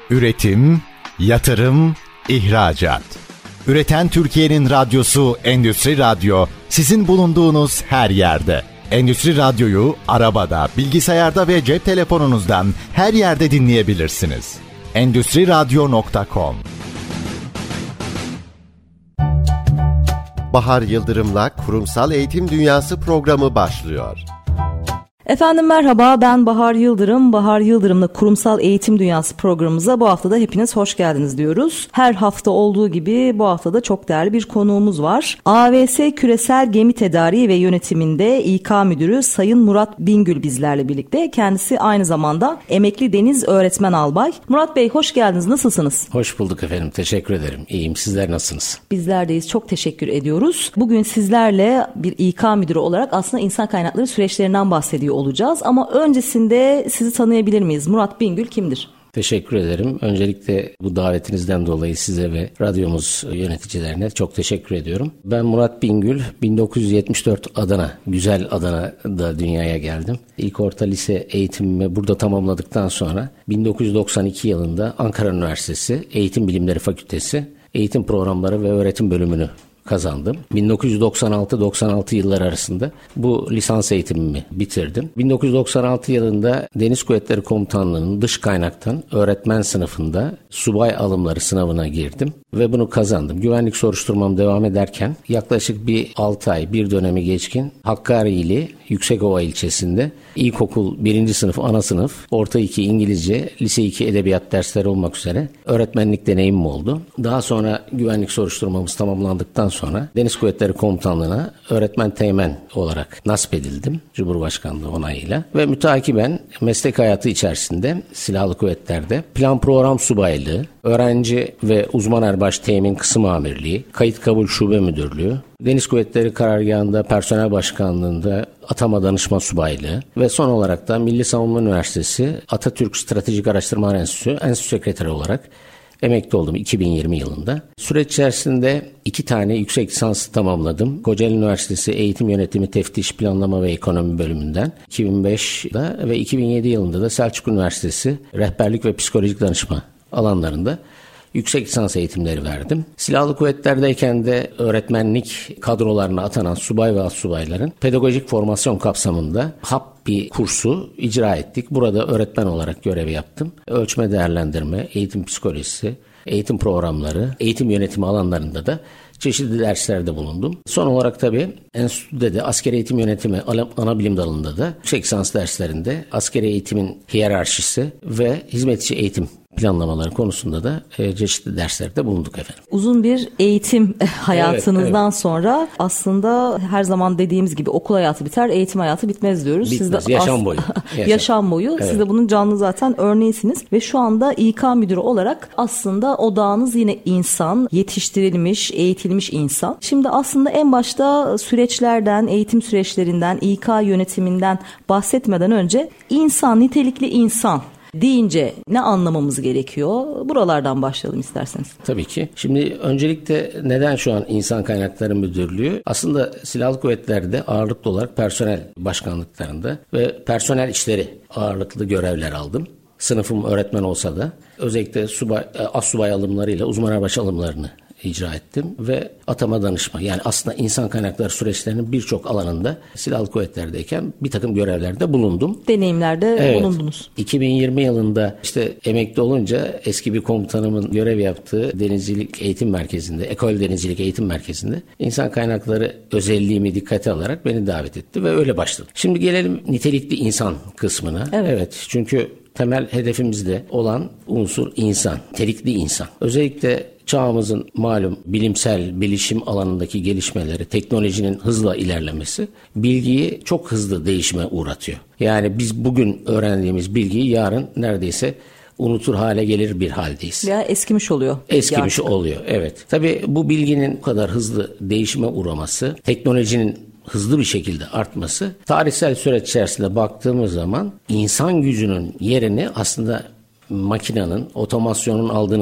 Üretim, yatırım, ihracat. Üreten Türkiye'nin radyosu Endüstri Radyo, sizin bulunduğunuz her yerde. Endüstri Radyo'yu arabada, bilgisayarda ve cep telefonunuzdan her yerde dinleyebilirsiniz. Endüstriradyo.com. Bahar Yıldırım'la Kurumsal Eğitim Dünyası programı başlıyor. Efendim merhaba, ben Bahar Yıldırım. Bahar Yıldırım'la Kurumsal Eğitim Dünyası programımıza bu hafta da hepiniz hoş geldiniz diyoruz. Her hafta olduğu gibi bu hafta da çok değerli bir konuğumuz var. AVS Küresel Gemi Tedariği ve Yönetiminde İK Müdürü Sayın Murat Bingöl bizlerle birlikte. Kendisi aynı zamanda emekli deniz öğretmen albay. Murat Bey hoş geldiniz, nasılsınız? Hoş bulduk efendim, teşekkür ederim. İyiyim, sizler nasılsınız? Bizler deyiz, çok teşekkür ediyoruz. Bugün sizlerle bir İK Müdürü olarak aslında insan kaynakları süreçlerinden bahsediyor olacağız. Ama öncesinde sizi tanıyabilir miyiz? Murat Bingöl kimdir? Teşekkür ederim. Öncelikle bu davetinizden dolayı size ve radyomuz yöneticilerine çok teşekkür ediyorum. Ben Murat Bingöl, 1974 Adana, güzel Adana'da dünyaya geldim. İlk orta lise eğitimimi burada tamamladıktan sonra 1992 yılında Ankara Üniversitesi Eğitim Bilimleri Fakültesi Eğitim Programları ve Öğretim Bölümünü kazandım. 1996 yılları arasında bu lisans eğitimimi bitirdim. 1996 yılında Deniz Kuvvetleri Komutanlığı'nın dış kaynaktan öğretmen sınıfında subay alımları sınavına girdim ve bunu kazandım. Güvenlik soruşturmam devam ederken yaklaşık bir 6 ay, bir dönemi geçkin Hakkari'li Yüksekova ilçesinde ilkokul 1. sınıf, ana sınıf, orta 2 İngilizce, lise 2 edebiyat dersleri olmak üzere öğretmenlik deneyimim oldu. Daha sonra güvenlik soruşturmamız tamamlandıktan sonra Deniz Kuvvetleri Komutanlığı'na öğretmen teğmen olarak nasip edildim Cumhurbaşkanlığı onayıyla ve müteakiben meslek hayatı içerisinde Silahlı Kuvvetler'de plan program subaylığı, öğrenci ve uzman erbaş temin kısım amirliği, kayıt kabul şube müdürlüğü, Deniz Kuvvetleri Karargahı'nda personel başkanlığında atama danışma subaylığı ve son olarak da Milli Savunma Üniversitesi Atatürk Stratejik Araştırmalar Enstitüsü Enstitü Sekreteri olarak emekli oldum 2020 yılında. Süreç içerisinde 2 tane yüksek lisans tamamladım. Kocaeli Üniversitesi Eğitim Yönetimi Teftiş Planlama ve Ekonomi bölümünden 2005'de ve 2007 yılında da Selçuk Üniversitesi Rehberlik ve Psikolojik Danışma alanlarında yüksek lisans eğitimleri verdim. Silahlı Kuvvetler'deyken de öğretmenlik kadrolarına atanan subay ve astsubayların pedagojik formasyon kapsamında HAP bir kursu icra ettik. Burada öğretmen olarak görev yaptım. Ölçme değerlendirme, eğitim psikolojisi, eğitim programları, eğitim yönetimi alanlarında da çeşitli derslerde bulundum. Son olarak tabii enstitüde de askeri eğitim yönetimi ana bilim dalında da yüksek lisans derslerinde askeri eğitimin hiyerarşisi ve hizmetçi eğitim planlamaları konusunda da çeşitli derslerde bulunduk efendim. Uzun bir eğitim hayatınızdan sonra aslında her zaman dediğimiz gibi okul hayatı biter, eğitim hayatı bitmez diyoruz. Bitmez, siz de yaşam boyu. Yaşam boyu. Evet. Siz de bunun canlı zaten örneğisiniz ve şu anda İK müdürü olarak aslında odağınız yine insan, yetiştirilmiş, eğitilmiş insan. Şimdi aslında en başta süreçlerden, eğitim süreçlerinden, İK yönetiminden bahsetmeden önce insan, nitelikli insan deyince ne anlamamız gerekiyor? Buralardan başlayalım isterseniz. Tabii ki. Şimdi öncelikle neden şu an İnsan Kaynakları Müdürlüğü? Aslında Silahlı Kuvvetler'de ağırlıklı olarak personel başkanlıklarında ve personel işleri ağırlıklı görevler aldım. Sınıfım öğretmen olsa da özellikle astsubay alımlarıyla uzman erbaş alımlarını icra ettim ve atama danışma, yani aslında insan kaynakları süreçlerinin birçok alanında Silahlı Kuvvetler'deyken bir takım görevlerde bulundum. Deneyimlerde bulundunuz. 2020 yılında işte emekli olunca eski bir komutanımın görev yaptığı Denizcilik Eğitim Merkezi'nde, Ekol Denizcilik Eğitim Merkezi'nde insan kaynakları özelliğimi dikkate alarak beni davet etti ve öyle başladım. Şimdi gelelim nitelikli insan kısmına. Evet, çünkü temel hedefimizde olan unsur insan, nitelikli insan. Özellikle çağımızın malum bilimsel, bilişim alanındaki gelişmeleri, teknolojinin hızla ilerlemesi bilgiyi çok hızlı değişime uğratıyor. Yani biz bugün öğrendiğimiz bilgiyi yarın neredeyse unutur hale gelir bir haldeyiz. Veya eskimiş oluyor. Eskimiş oluyor, evet. Tabii bu bilginin bu kadar hızlı değişime uğraması, teknolojinin hızlı bir şekilde artması, tarihsel süreç içerisinde baktığımız zaman insan gücünün yerini aslında makinenin, otomasyonun aldığını da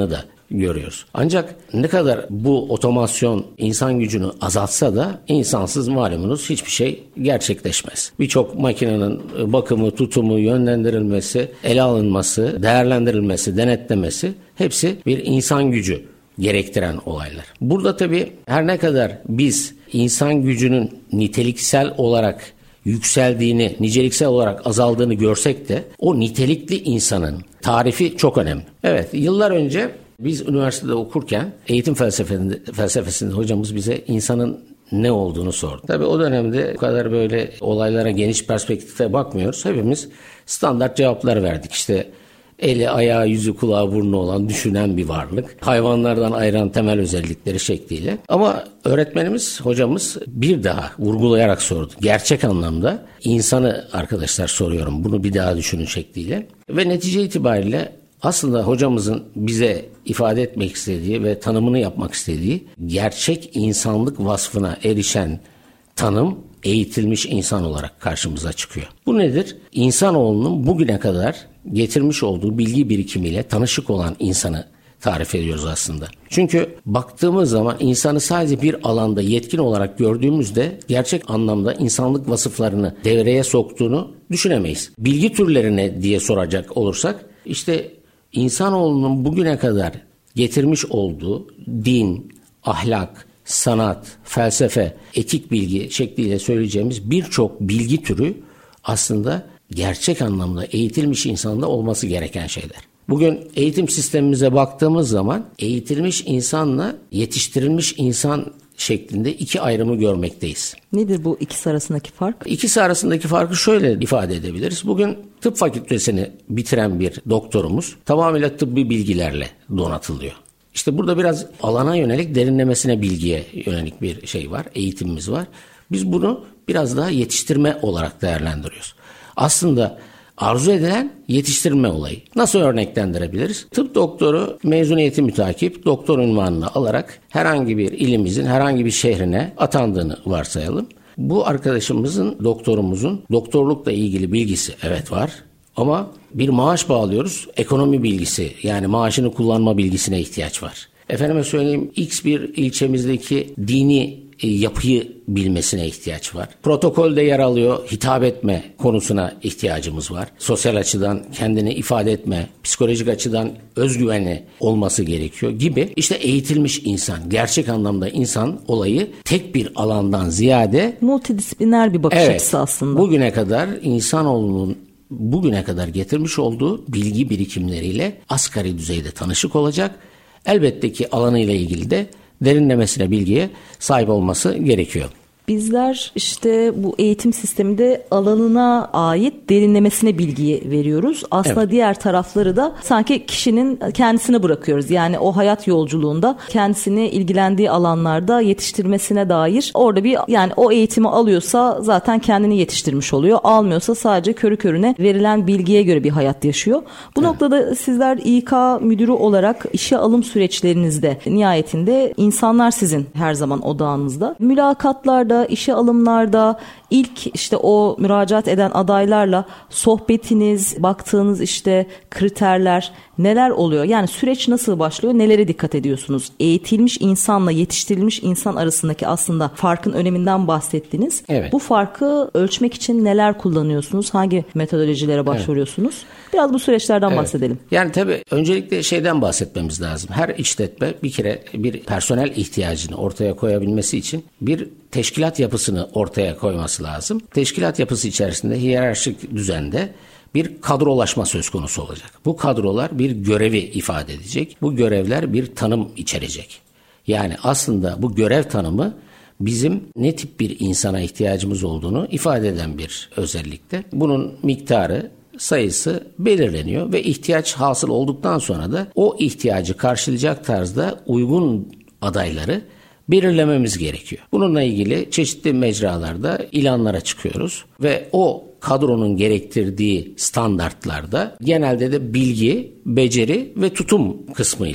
görüyoruz. Ancak ne kadar bu otomasyon insan gücünü azaltsa da insansız malumunuz hiçbir şey gerçekleşmez. Birçok makinenin bakımı, tutumu, yönlendirilmesi, ele alınması, değerlendirilmesi, denetlemesi hepsi bir insan gücü gerektiren olaylar. Burada tabii her ne kadar biz insan gücünün niteliksel olarak yükseldiğini, niceliksel olarak azaldığını görsek de o nitelikli insanın tarifi çok önemli. Evet, yıllar önce biz üniversitede okurken eğitim felsefesinde hocamız bize insanın ne olduğunu sordu. Tabii o dönemde o kadar böyle olaylara geniş perspektifte bakmıyoruz. Hepimiz standart cevaplar verdik. İşte eli, ayağı, yüzü, kulağı, burnu olan düşünen bir varlık. Hayvanlardan ayıran temel özellikleri şekliyle. Ama öğretmenimiz, hocamız bir daha vurgulayarak sordu. Gerçek anlamda insanı arkadaşlar soruyorum. Bunu bir daha düşünün şekliyle. Ve netice itibariyle aslında hocamızın bize ifade etmek istediği ve tanımını yapmak istediği gerçek insanlık vasfına erişen tanım eğitilmiş insan olarak karşımıza çıkıyor. Bu nedir? İnsanoğlunun bugüne kadar getirmiş olduğu bilgi birikimiyle tanışık olan insanı tarif ediyoruz aslında. Çünkü baktığımız zaman insanı sadece bir alanda yetkin olarak gördüğümüzde gerçek anlamda insanlık vasıflarını devreye soktuğunu düşünemeyiz. Bilgi türlerine diye soracak olursak işte insanoğlunun bugüne kadar getirmiş olduğu din, ahlak, sanat, felsefe, etik bilgi şekliyle söyleyeceğimiz birçok bilgi türü aslında gerçek anlamda eğitilmiş insanda olması gereken şeyler. Bugün eğitim sistemimize baktığımız zaman eğitilmiş insanla yetiştirilmiş insan şeklinde iki ayrımı görmekteyiz. Nedir bu ikisi arasındaki fark? İkisi arasındaki farkı şöyle ifade edebiliriz. Bugün tıp fakültesini bitiren bir doktorumuz tamamıyla tıbbi bilgilerle donatılıyor. İşte burada biraz alana yönelik, derinlemesine bilgiye yönelik bir şey var, eğitimimiz var. Biz bunu biraz daha yetiştirme olarak değerlendiriyoruz. Aslında arzu edilen yetiştirme olayı. Nasıl örneklendirebiliriz? Tıp doktoru mezuniyeti mütakip doktor unvanını alarak herhangi bir ilimizin herhangi bir şehrine atandığını varsayalım. Bu arkadaşımızın, doktorumuzun doktorlukla ilgili bilgisi evet var. Ama bir maaş bağlıyoruz, ekonomi bilgisi yani maaşını kullanma bilgisine ihtiyaç var. Efendime söyleyeyim X bir ilçemizdeki dini yapıyı bilmesine ihtiyaç var. Protokolde yer alıyor, hitap etme konusuna ihtiyacımız var. Sosyal açıdan kendini ifade etme, psikolojik açıdan özgüvenli olması gerekiyor gibi. İşte eğitilmiş insan, gerçek anlamda insan olayı tek bir alandan ziyade multidisipliner bir bakış açısı aslında. Bugüne kadar insanoğlunun bugüne kadar getirmiş olduğu bilgi birikimleriyle asgari düzeyde tanışık olacak. Elbette ki alanıyla ilgili de derinlemesine bilgiye sahip olması gerekiyor. Bizler işte bu eğitim sisteminde alanına ait derinlemesine bilgi veriyoruz. Aslında evet, diğer tarafları da sanki kişinin kendisine bırakıyoruz. Yani o hayat yolculuğunda kendisini ilgilendiği alanlarda yetiştirmesine dair orada bir yani o eğitimi alıyorsa zaten kendini yetiştirmiş oluyor. Almıyorsa sadece körü körüne verilen bilgiye göre bir hayat yaşıyor. Bu evet, noktada sizler İK müdürü olarak işe alım süreçlerinizde nihayetinde insanlar sizin her zaman odağınızda. Mülakatlarda, işe alımlarda ilk işte o müracaat eden adaylarla sohbetiniz, baktığınız işte kriterler neler oluyor? Yani süreç nasıl başlıyor? Nelere dikkat ediyorsunuz? Eğitilmiş insanla yetiştirilmiş insan arasındaki aslında farkın öneminden bahsettiniz. Evet. Bu farkı ölçmek için neler kullanıyorsunuz? Hangi metodolojilere başvuruyorsunuz? Evet. Biraz bu süreçlerden bahsedelim. Yani tabii öncelikle şeyden bahsetmemiz lazım. Her işletme bir kere bir personel ihtiyacını ortaya koyabilmesi için bir teşkilat yapısını ortaya koyması lazım. Teşkilat yapısı içerisinde hiyerarşik düzende bir kadrolaşma söz konusu olacak. Bu kadrolar bir görevi ifade edecek. Bu görevler bir tanım içerecek. Yani aslında bu görev tanımı bizim ne tip bir insana ihtiyacımız olduğunu ifade eden bir özellikte. Bunun miktarı, sayısı belirleniyor ve ihtiyaç hasıl olduktan sonra da o ihtiyacı karşılayacak tarzda uygun adayları belirlememiz gerekiyor. Bununla ilgili çeşitli mecralarda ilanlara çıkıyoruz ve o kadronun gerektirdiği standartlarda genelde de bilgi, beceri ve tutum kısmıyla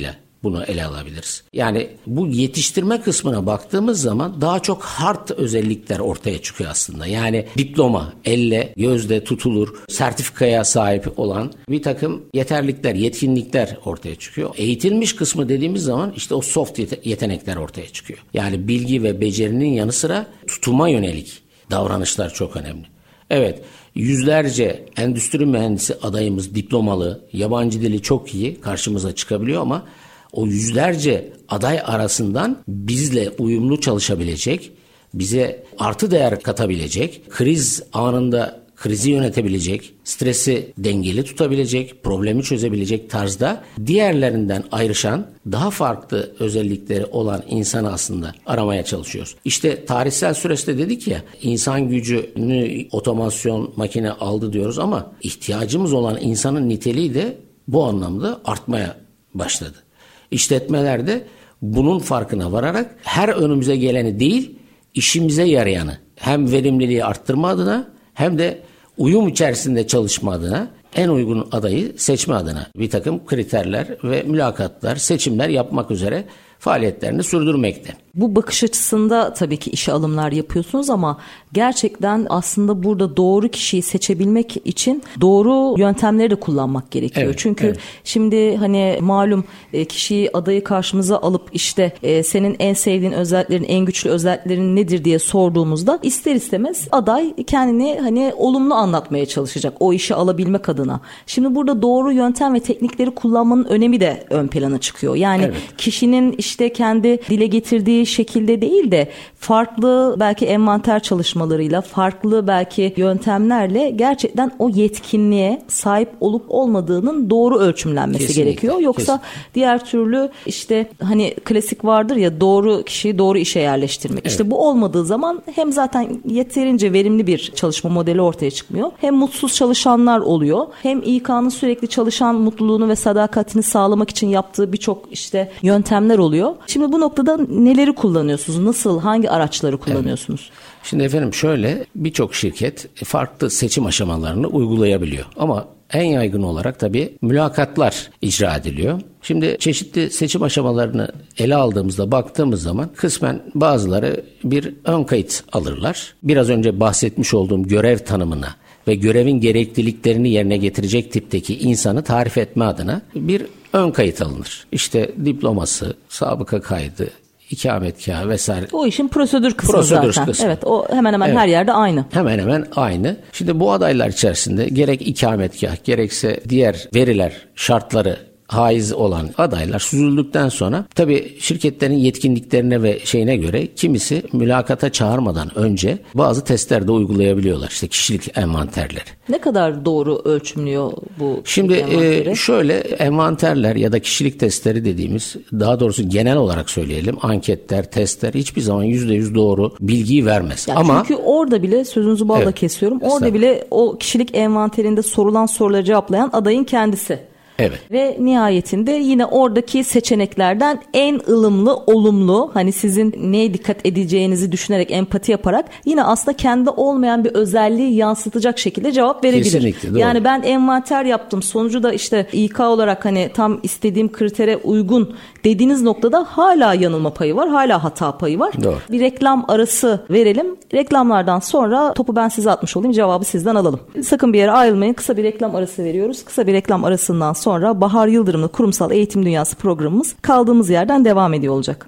bunu ele alabiliriz. Yani bu yetiştirme kısmına baktığımız zaman daha çok hard özellikler ortaya çıkıyor aslında. Yani diploma, elle, gözle tutulur, sertifikaya sahip olan bir takım yeterlilikler, yetkinlikler ortaya çıkıyor. Eğitilmiş kısmı dediğimiz zaman işte o soft yetenekler ortaya çıkıyor. Yani bilgi ve becerinin yanı sıra tutuma yönelik davranışlar çok önemli. Evet, yüzlerce endüstri mühendisi adayımız diplomalı, yabancı dili çok iyi karşımıza çıkabiliyor ama o yüzlerce aday arasından bizle uyumlu çalışabilecek, bize artı değer katabilecek, kriz anında krizi yönetebilecek, stresi dengeli tutabilecek, problemi çözebilecek tarzda diğerlerinden ayrışan, daha farklı özellikleri olan insanı aslında aramaya çalışıyoruz. İşte tarihsel süreçte dedik ya, insan gücünü otomasyon, makine aldı diyoruz ama ihtiyacımız olan insanın niteliği de bu anlamda artmaya başladı. İşletmeler de bunun farkına vararak her önümüze geleni değil, işimize yarayanı hem verimliliği arttırma adına hem de uyum içerisinde çalışma adına en uygun adayı seçme adına bir takım kriterler ve mülakatlar, seçimler yapmak üzere faaliyetlerini sürdürmekte. Bu bakış açısında tabii ki işe alımlar yapıyorsunuz ama gerçekten aslında burada doğru kişiyi seçebilmek için doğru yöntemleri de kullanmak gerekiyor. Evet, çünkü şimdi hani malum kişiyi, adayı karşımıza alıp işte senin en sevdiğin özelliklerin, en güçlü özelliklerin nedir diye sorduğumuzda ister istemez aday kendini hani olumlu anlatmaya çalışacak o işi alabilmek adına. Şimdi burada doğru yöntem ve teknikleri kullanmanın önemi de ön plana çıkıyor. Yani kişinin işte kendi dile getirdiği şekilde değil de farklı belki envanter çalışmalarıyla, farklı belki yöntemlerle gerçekten o yetkinliğe sahip olup olmadığının doğru ölçümlenmesi kesinlikle gerekiyor. Yoksa diğer türlü işte hani klasik vardır ya, doğru kişiyi doğru işe yerleştirmek. Evet. İşte bu olmadığı zaman hem zaten yeterince verimli bir çalışma modeli ortaya çıkmıyor. Hem mutsuz çalışanlar oluyor. Hem İK'nın sürekli çalışan mutluluğunu ve sadakatini sağlamak için yaptığı birçok işte yöntemler oluyor. Şimdi bu noktada neleri kullanıyorsunuz? Nasıl, hangi araçları kullanıyorsunuz? Evet. Şimdi efendim şöyle, birçok şirket farklı seçim aşamalarını uygulayabiliyor. Ama en yaygın olarak tabii mülakatlar icra ediliyor. Şimdi çeşitli seçim aşamalarını ele aldığımızda, baktığımız zaman kısmen bazıları bir ön kayıt alırlar. Biraz önce bahsetmiş olduğum görev tanımına ve görevin gerekliliklerini yerine getirecek tipteki insanı tarif etme adına bir ön kayıt alınır. İşte diploması, sabıka kaydı, ikametgahı vesaire. O işin prosedür kısmı zaten. Kısmı. Evet, o hemen hemen her yerde aynı. Hemen hemen aynı. Şimdi bu adaylar içerisinde gerek ikametgah gerekse diğer veriler, şartları haiz olan adaylar süzüldükten sonra tabii şirketlerin yetkinliklerine ve şeyine göre kimisi mülakata çağırmadan önce bazı testler de uygulayabiliyorlar. İşte kişilik envanterleri. Ne kadar doğru ölçümlüyor bu? Şimdi şöyle, envanterler ya da kişilik testleri dediğimiz, daha doğrusu genel olarak söyleyelim, anketler, testler hiçbir zaman %100 doğru bilgiyi vermez. Yani ama çünkü orada bile sözünüzü balla kesiyorum. Orada bile o kişilik envanterinde sorulan soruları cevaplayan adayın kendisi. Evet. Ve nihayetinde yine oradaki seçeneklerden en ılımlı, olumlu, hani sizin neye dikkat edeceğinizi düşünerek, empati yaparak yine aslında kendi olmayan bir özelliği yansıtacak şekilde cevap verebilir. Kesinlikle, doğru. Yani ben envanter yaptım, sonucu da işte İK olarak hani tam istediğim kritere uygun dediğiniz noktada hala yanılma payı var, hala hata payı var. Doğru. Bir reklam arası verelim. Reklamlardan sonra topu ben size atmış olayım, cevabı sizden alalım. Sakın bir yere ayrılmayın. Kısa bir reklam arası veriyoruz. Kısa bir reklam arasından sonra Bahar Yıldırım'la Kurumsal Eğitim Dünyası programımız kaldığımız yerden devam ediyor olacak.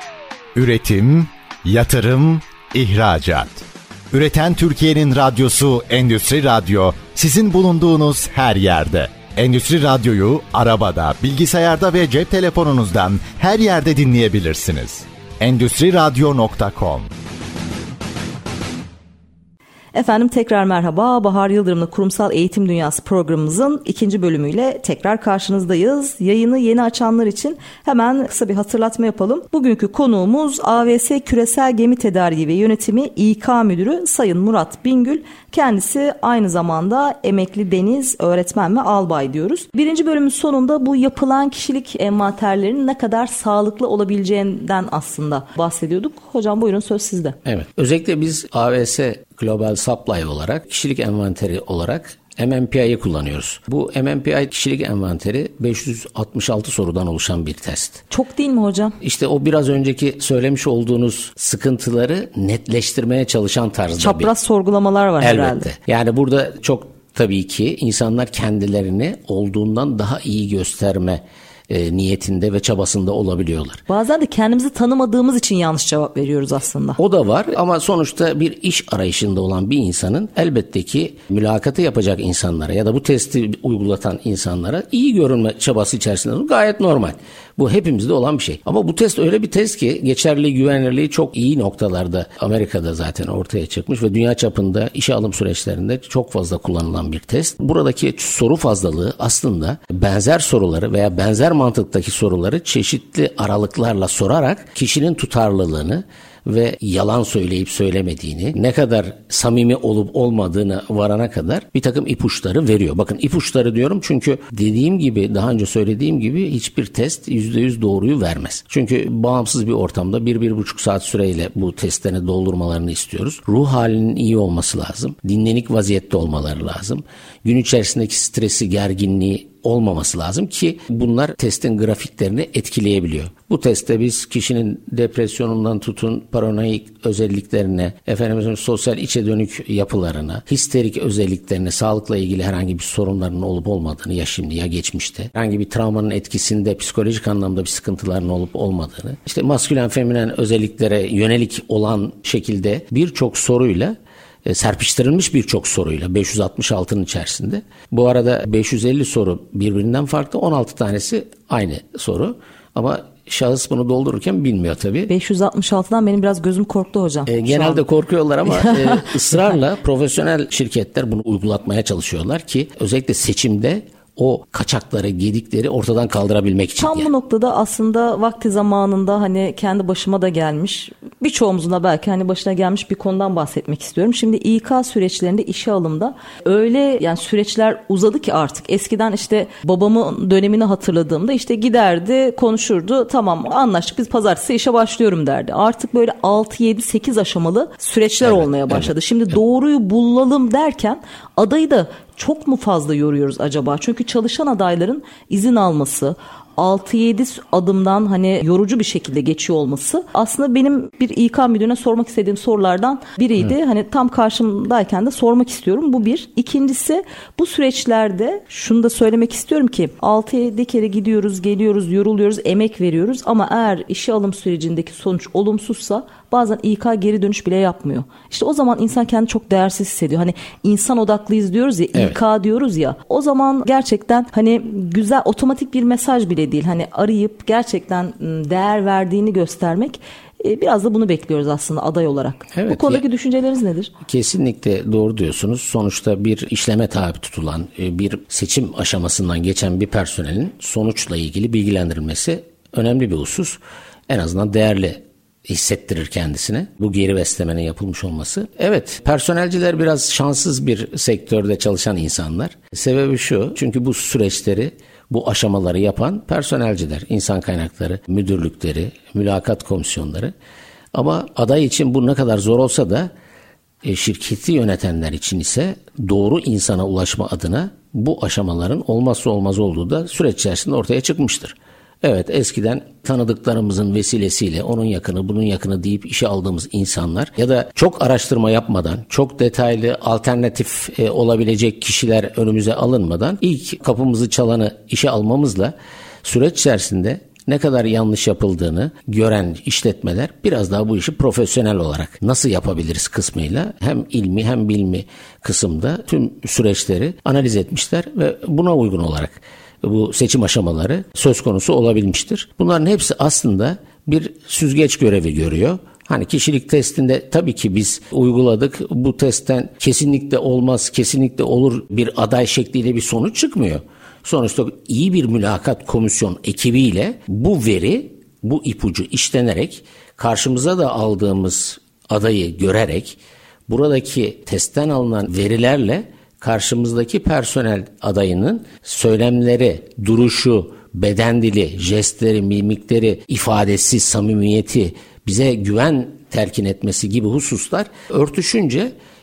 Üretim, yatırım, ihracat. Üreten Türkiye'nin radyosu Endüstri Radyo, sizin bulunduğunuz her yerde. Endüstri Radyo'yu arabada, bilgisayarda ve cep telefonunuzdan her yerde dinleyebilirsiniz. Endüstriradyo.com. Efendim tekrar merhaba. Bahar Yıldırım'la Kurumsal Eğitim Dünyası programımızın 2. bölümüyle tekrar karşınızdayız. Yayını yeni açanlar için hemen kısa bir hatırlatma yapalım. Bugünkü konuğumuz AVS Küresel Gemi Tedariği ve Yönetimi İK Müdürü Sayın Murat Bingül. Kendisi aynı zamanda emekli deniz öğretmen ve albay diyoruz. 1. bölümün sonunda bu yapılan kişilik envanterlerinin ne kadar sağlıklı olabileceğinden aslında bahsediyorduk. Hocam buyurun, söz sizde. Evet. Özellikle biz AVS Global Supply olarak, kişilik envanteri olarak MMPI'yi kullanıyoruz. Bu MMPI kişilik envanteri 566 sorudan oluşan bir test. Çok değil mi hocam? İşte o biraz önceki söylemiş olduğunuz sıkıntıları netleştirmeye çalışan tarzda çapraz sorgulamalar var elbette. Herhalde. Yani burada çok tabii ki insanlar kendilerini olduğundan daha iyi gösterme niyetinde ve çabasında olabiliyorlar. Bazen de kendimizi tanımadığımız için yanlış cevap veriyoruz aslında. O da var ama sonuçta bir iş arayışında olan bir insanın elbette ki mülakatı yapacak insanlara ya da bu testi uygulatan insanlara iyi görünme çabası içerisinde gayet normal. Bu hepimizde olan bir şey. Ama bu test öyle bir test ki geçerliliği, güvenilirliği çok iyi noktalarda Amerika'da zaten ortaya çıkmış ve dünya çapında işe alım süreçlerinde çok fazla kullanılan bir test. Buradaki soru fazlalığı aslında benzer soruları veya benzer mantıktaki soruları çeşitli aralıklarla sorarak kişinin tutarlılığını ve yalan söyleyip söylemediğini, ne kadar samimi olup olmadığını varana kadar bir takım ipuçları veriyor. Bakın ipuçları diyorum çünkü dediğim gibi, daha önce söylediğim gibi hiçbir test %100 doğruyu vermez. Çünkü bağımsız bir ortamda 1-1,5 saat süreyle bu testlerini doldurmalarını istiyoruz. Ruh halinin iyi olması lazım. Dinlenik vaziyette olmaları lazım. Gün içerisindeki stresi, gerginliği olmaması lazım ki bunlar testin grafiklerini etkileyebiliyor. Bu testte biz kişinin depresyonundan tutun paranoik özelliklerine, sosyal içe dönük yapılarına, histerik özelliklerine, sağlıkla ilgili herhangi bir sorunların olup olmadığını, ya şimdi ya geçmişte, herhangi bir travmanın etkisinde psikolojik anlamda bir sıkıntıların olup olmadığını, işte maskülen feminen özelliklere yönelik olan şekilde birçok soruyla serpiştirilmiş birçok soruyla 566'nın içerisinde. Bu arada 550 soru birbirinden farklı, 16 tanesi aynı soru ama şahıs bunu doldururken bilmiyor tabii. 566'dan benim biraz gözüm korktu hocam. Genelde korkuyorlar ama ısrarla profesyonel şirketler bunu uygulatmaya çalışıyorlar ki özellikle seçimde o kaçakları, gedikleri ortadan kaldırabilmek için. Tam bu noktada aslında vakti zamanında hani kendi başıma da gelmiş, birçoğumuzun da belki hani başına gelmiş bir konudan bahsetmek istiyorum. Şimdi İK süreçlerinde işe alımda öyle yani süreçler uzadı ki artık. Eskiden işte babamın dönemini hatırladığımda işte giderdi, konuşurdu, tamam anlaştık biz pazartesi işe başlıyorum derdi. Artık böyle 6-7-8 aşamalı süreçler olmaya başladı. Şimdi doğruyu bulalım derken adayı da çok mu fazla yoruyoruz acaba? Çünkü çalışan adayların izin alması, 6-7 adımdan hani yorucu bir şekilde geçiyor olması aslında benim bir İK müdürüne sormak istediğim sorulardan biriydi. Evet. Hani tam karşımdayken de sormak istiyorum. Bu bir. İkincisi bu süreçlerde şunu da söylemek istiyorum ki 6-7 kere gidiyoruz, geliyoruz, yoruluyoruz, emek veriyoruz ama eğer işe alım sürecindeki sonuç olumsuzsa bazen İK geri dönüş bile yapmıyor. İşte o zaman insan kendini çok değersiz hissediyor. Hani insan odaklıyız diyoruz ya, evet. İK diyoruz ya. O zaman gerçekten hani güzel otomatik bir mesaj bile değil. Hani arayıp gerçekten değer verdiğini göstermek, biraz da bunu bekliyoruz aslında aday olarak. Evet, bu konudaki düşünceleriniz nedir? Kesinlikle doğru diyorsunuz. Sonuçta bir işleme tabi tutulan, bir seçim aşamasından geçen bir personelin sonuçla ilgili bilgilendirilmesi önemli bir husus. En azından değerli hissettirir kendisine bu geri beslemenin yapılmış olması. Evet, personelciler biraz şanssız bir sektörde çalışan insanlar. Sebebi şu, çünkü bu süreçleri, bu aşamaları yapan personelciler, insan kaynakları, müdürlükleri, mülakat komisyonları. Ama aday için bu ne kadar zor olsa da şirketi yönetenler için ise doğru insana ulaşma adına bu aşamaların olmazsa olmaz olduğu da süreç içerisinde ortaya çıkmıştır. Evet, eskiden tanıdıklarımızın vesilesiyle onun yakını bunun yakını deyip işe aldığımız insanlar ya da çok araştırma yapmadan, çok detaylı alternatif olabilecek kişiler önümüze alınmadan ilk kapımızı çalanı işe almamızla süreç içerisinde ne kadar yanlış yapıldığını gören işletmeler biraz daha bu işi profesyonel olarak nasıl yapabiliriz kısmıyla hem ilmi hem bilmi kısımda tüm süreçleri analiz etmişler ve buna uygun olarak bu seçim aşamaları söz konusu olabilmiştir. Bunların hepsi aslında bir süzgeç görevi görüyor. Hani kişilik testinde tabii ki biz uyguladık. Bu testten kesinlikle olmaz, kesinlikle olur bir aday şekliyle bir sonuç çıkmıyor. Sonuçta iyi bir mülakat komisyon ekibiyle bu veri, bu ipucu işlenerek karşımıza da aldığımız adayı görerek buradaki testten alınan verilerle karşımızdaki personel adayının söylemleri, duruşu, beden dili, jestleri, mimikleri, ifadesi, samimiyeti, bize güven telkin etmesi gibi hususlar örtüşünce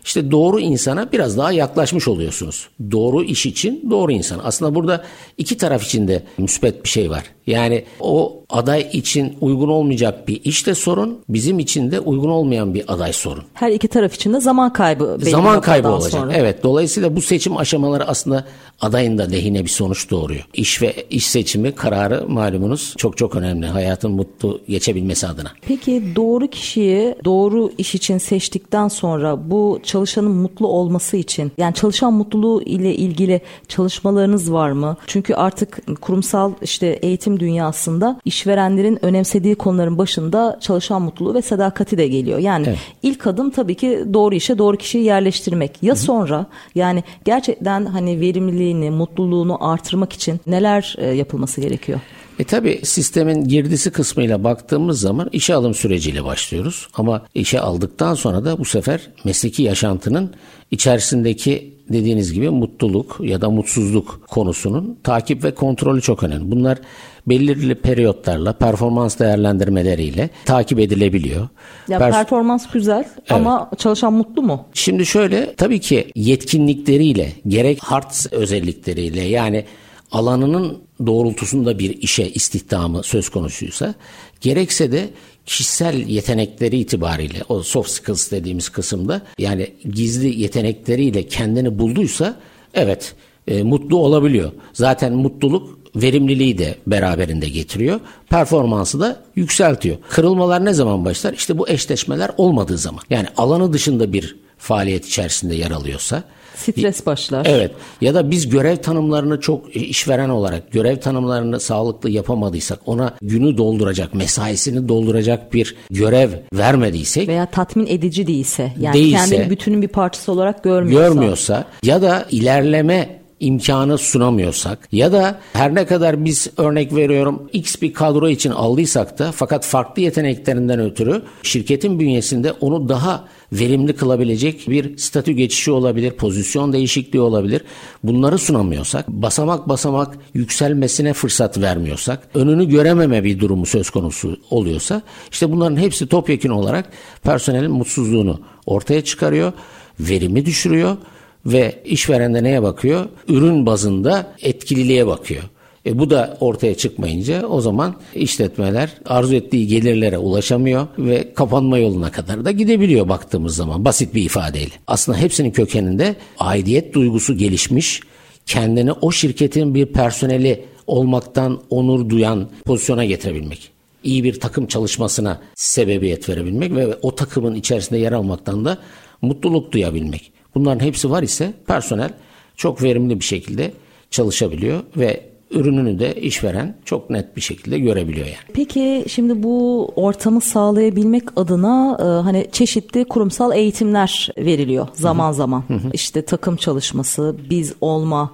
İşte doğru insana biraz daha yaklaşmış oluyorsunuz. Doğru iş için doğru insan. Aslında burada iki taraf için de müspet bir şey var. Yani o aday için uygun olmayacak bir iş de sorun, bizim için de uygun olmayan bir aday sorun. Her iki taraf için de zaman kaybı. Zaman kaybı olacak. Sonra. Evet. Dolayısıyla bu seçim aşamaları aslında adayın da lehine bir sonuç doğuruyor. İş ve iş seçimi kararı malumunuz çok önemli. Hayatın mutlu geçebilmesi adına. Peki doğru kişiyi doğru iş için seçtikten sonra bu çalışanın mutlu olması için, yani çalışan mutluluğu ile ilgili çalışmalarınız var mı? Çünkü artık kurumsal eğitim dünyasında işverenlerin önemsediği konuların başında çalışan mutluluğu ve sadakati de geliyor. Yani evet. İlk adım tabii ki doğru işe doğru kişiyi yerleştirmek. Ya sonra yani gerçekten hani verimliliğini, mutluluğunu artırmak için neler yapılması gerekiyor? Tabii sistemin girdisi kısmıyla baktığımız zaman işe alım süreciyle başlıyoruz. Ama işe aldıktan sonra da bu sefer mesleki yaşantının içerisindeki dediğiniz gibi mutluluk ya da mutsuzluk konusunun takip ve kontrolü çok önemli. Bunlar belirli periyotlarla, performans değerlendirmeleriyle takip edilebiliyor. Ya performans güzel ama çalışan mutlu mu? Şimdi şöyle, tabii ki yetkinlikleriyle, gerek hard özellikleriyle, yani alanının doğrultusunda bir işe istihdamı söz konusuysa, gerekse de kişisel yetenekleri itibariyle, o soft skills dediğimiz kısımda, yani gizli yetenekleriyle kendini bulduysa evet mutlu olabiliyor. Zaten mutluluk verimliliği de beraberinde getiriyor. Performansı da yükseltiyor. Kırılmalar ne zaman başlar? İşte bu eşleşmeler olmadığı zaman. Yani alanı dışında bir faaliyet içerisinde yer alıyorsa, stres başlar. Evet. Ya da biz görev tanımlarını çok işveren olarak görev tanımlarını sağlıklı yapamadıysak, ona günü dolduracak, mesaisini dolduracak bir görev vermediysek veya tatmin edici değilse, yani kendini bütünün bir parçası olarak görmüyorsa ya da ilerleme imkanı sunamıyorsak ya da her ne kadar biz, örnek veriyorum, X bir kadro için aldıysak da fakat farklı yeteneklerinden ötürü şirketin bünyesinde onu daha verimli kılabilecek bir statü geçişi olabilir, pozisyon değişikliği olabilir. Bunları sunamıyorsak, basamak basamak yükselmesine fırsat vermiyorsak, önünü görememe bir durumu söz konusu oluyorsa, işte bunların hepsi topyekün olarak personelin mutsuzluğunu ortaya çıkarıyor, verimi düşürüyor. Ve işveren de neye bakıyor? Ürün bazında etkililiğe bakıyor. Bu da ortaya çıkmayınca o zaman işletmeler arzu ettiği gelirlere ulaşamıyor ve kapanma yoluna kadar da gidebiliyor baktığımız zaman, basit bir ifadeyle. Aslında hepsinin kökeninde aidiyet duygusu gelişmiş, kendini o şirketin bir personeli olmaktan onur duyan pozisyona getirebilmek. İyi bir takım çalışmasına sebebiyet verebilmek ve o takımın içerisinde yer almaktan da mutluluk duyabilmek. Bunların hepsi var ise personel çok verimli bir şekilde çalışabiliyor ve ürününü de işveren çok net bir şekilde görebiliyor yani. Peki şimdi bu ortamı sağlayabilmek adına hani çeşitli kurumsal eğitimler veriliyor zaman zaman. İşte takım çalışması, biz olma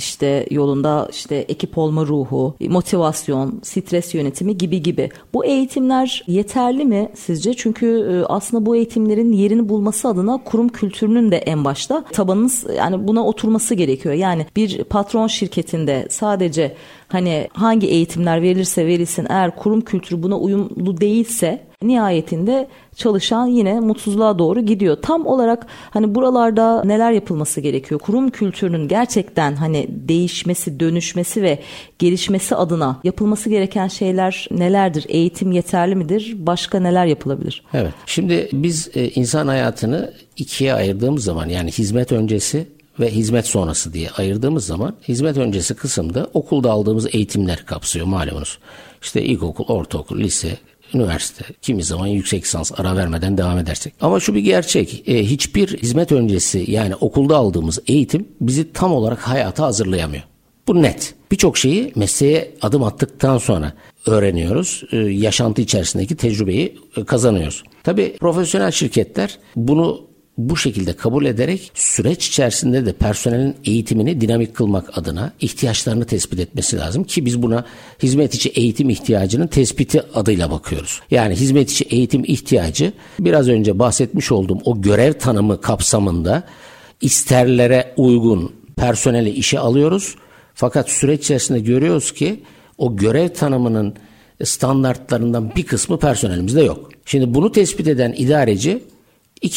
yolunda, ekip olma ruhu, motivasyon, stres yönetimi gibi. Bu eğitimler yeterli mi sizce? Çünkü aslında bu eğitimlerin yerini bulması adına kurum kültürünün de en başta tabanınız, yani buna oturması gerekiyor. Yani bir patron şirketinde sadece hani hangi eğitimler verilirse verilsin, eğer kurum kültürü buna uyumlu değilse nihayetinde çalışan yine mutsuzluğa doğru gidiyor. Tam olarak hani buralarda neler yapılması gerekiyor? Kurum kültürünün gerçekten hani değişmesi, dönüşmesi ve gelişmesi adına yapılması gereken şeyler nelerdir? Eğitim yeterli midir? Başka neler yapılabilir? Evet. Şimdi biz insan hayatını ikiye ayırdığımız zaman, yani hizmet öncesi ve hizmet sonrası diye ayırdığımız zaman, hizmet öncesi kısımda okulda aldığımız eğitimler kapsıyor malumunuz. İlkokul, ortaokul, lise, üniversite, kimi zaman yüksek lisans ara vermeden devam edersek. Ama şu bir gerçek, hiçbir hizmet öncesi, yani okulda aldığımız eğitim bizi tam olarak hayata hazırlayamıyor. Bu net. Birçok şeyi mesleğe adım attıktan sonra öğreniyoruz. Yaşantı içerisindeki tecrübeyi kazanıyoruz. Tabii profesyonel şirketler bunu bu şekilde kabul ederek süreç içerisinde de personelin eğitimini dinamik kılmak adına ihtiyaçlarını tespit etmesi lazım ki biz buna hizmet içi eğitim ihtiyacının tespiti adıyla bakıyoruz. Yani hizmet içi eğitim ihtiyacı, biraz önce bahsetmiş olduğum o görev tanımı kapsamında isterlere uygun personeli işe alıyoruz. Fakat süreç içerisinde görüyoruz ki o görev tanımının standartlarından bir kısmı personelimizde yok. Şimdi bunu tespit eden idareci iki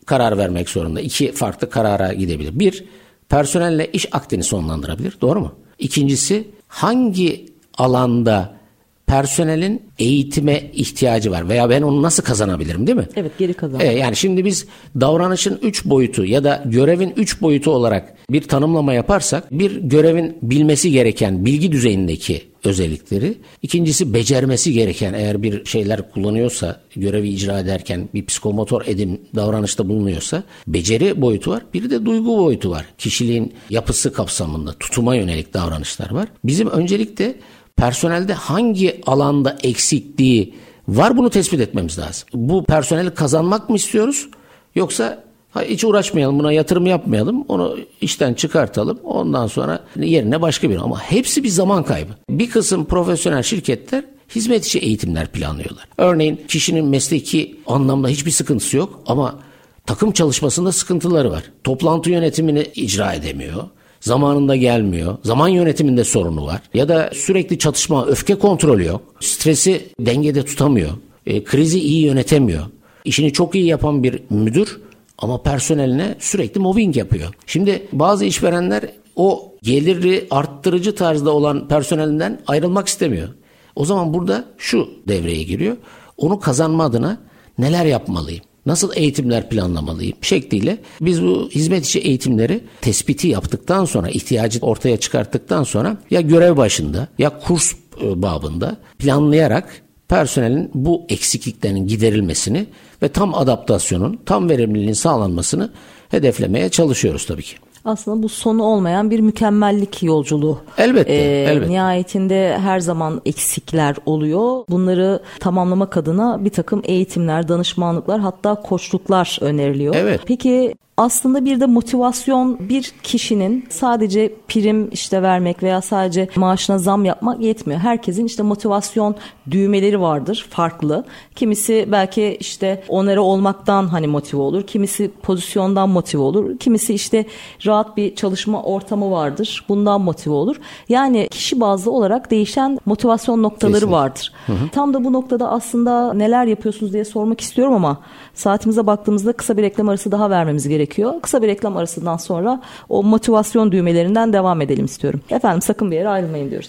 karar vermek zorunda. 2 farklı karara gidebilir. 1, personelle iş akdini sonlandırabilir. Doğru mu? İkincisi, hangi alanda personelin eğitime ihtiyacı var veya ben onu nasıl kazanabilirim, değil mi? Evet, geri kazan. Yani şimdi biz davranışın 3 boyutu ya da görevin 3 boyutu olarak bir tanımlama yaparsak, bir görevin bilmesi gereken bilgi düzeyindeki özellikleri, ikincisi becermesi gereken, eğer bir şeyler kullanıyorsa, görevi icra ederken bir psikomotor edim davranışta bulunuyorsa beceri boyutu var. Bir de duygu boyutu var. Kişiliğin yapısı kapsamında tutuma yönelik davranışlar var. Bizim öncelikle personelde hangi alanda eksikliği var, bunu tespit etmemiz lazım. Bu personeli kazanmak mı istiyoruz, yoksa hiç uğraşmayalım, buna yatırım yapmayalım, onu işten çıkartalım, ondan sonra yerine başka biri. Ama hepsi bir zaman kaybı. Bir kısım profesyonel şirketler hizmet içi eğitimler planlıyorlar. Örneğin kişinin mesleki anlamda hiçbir sıkıntısı yok ama takım çalışmasında sıkıntıları var. Toplantı yönetimini icra edemiyor. Zamanında gelmiyor. Zaman yönetiminde sorunu var. Ya da sürekli çatışma, öfke kontrolü yok. Stresi dengede tutamıyor. Krizi iyi yönetemiyor. İşini çok iyi yapan bir müdür ama personeline sürekli mobbing yapıyor. Şimdi bazı işverenler o geliri arttırıcı tarzda olan personelinden ayrılmak istemiyor. O zaman burada şu devreye giriyor. Onu kazanma adına neler yapmalıyım? Nasıl eğitimler planlamalıyım şekliyle biz bu hizmet içi eğitimleri tespiti yaptıktan sonra, ihtiyacı ortaya çıkarttıktan sonra ya görev başında ya kurs babında planlayarak personelin bu eksikliklerinin giderilmesini ve tam adaptasyonun, tam verimliliğin sağlanmasını hedeflemeye çalışıyoruz tabii ki. Aslında bu sonu olmayan bir mükemmellik yolculuğu. Elbette. Nihayetinde her zaman eksikler oluyor. Bunları tamamlamak adına bir takım eğitimler, danışmanlıklar, hatta koçluklar öneriliyor. Evet. Peki aslında bir de motivasyon, bir kişinin sadece prim vermek veya sadece maaşına zam yapmak yetmiyor. Herkesin motivasyon düğmeleri vardır, farklı. Kimisi belki onere olmaktan motive olur. Kimisi pozisyondan motive olur. Kimisi rahat bir çalışma ortamı vardır. Bundan motive olur. Yani kişi bazlı olarak değişen motivasyon noktaları Kesinlikle vardır. Tam da bu noktada aslında neler yapıyorsunuz diye sormak istiyorum ama saatimize baktığımızda kısa bir reklam arası daha vermemiz gerekiyor. Kısa bir reklam arasından sonra o motivasyon düğmelerinden devam edelim istiyorum. Efendim, sakın bir yere ayrılmayın diyoruz.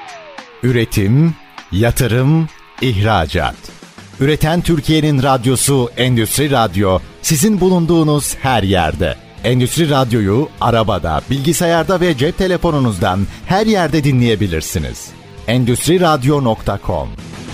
Üretim, yatırım, ihracat. Üreten Türkiye'nin radyosu Endüstri Radyo, sizin bulunduğunuz her yerde. Endüstri Radyo'yu arabada, bilgisayarda ve cep telefonunuzdan her yerde dinleyebilirsiniz. Endüstriradyo.com.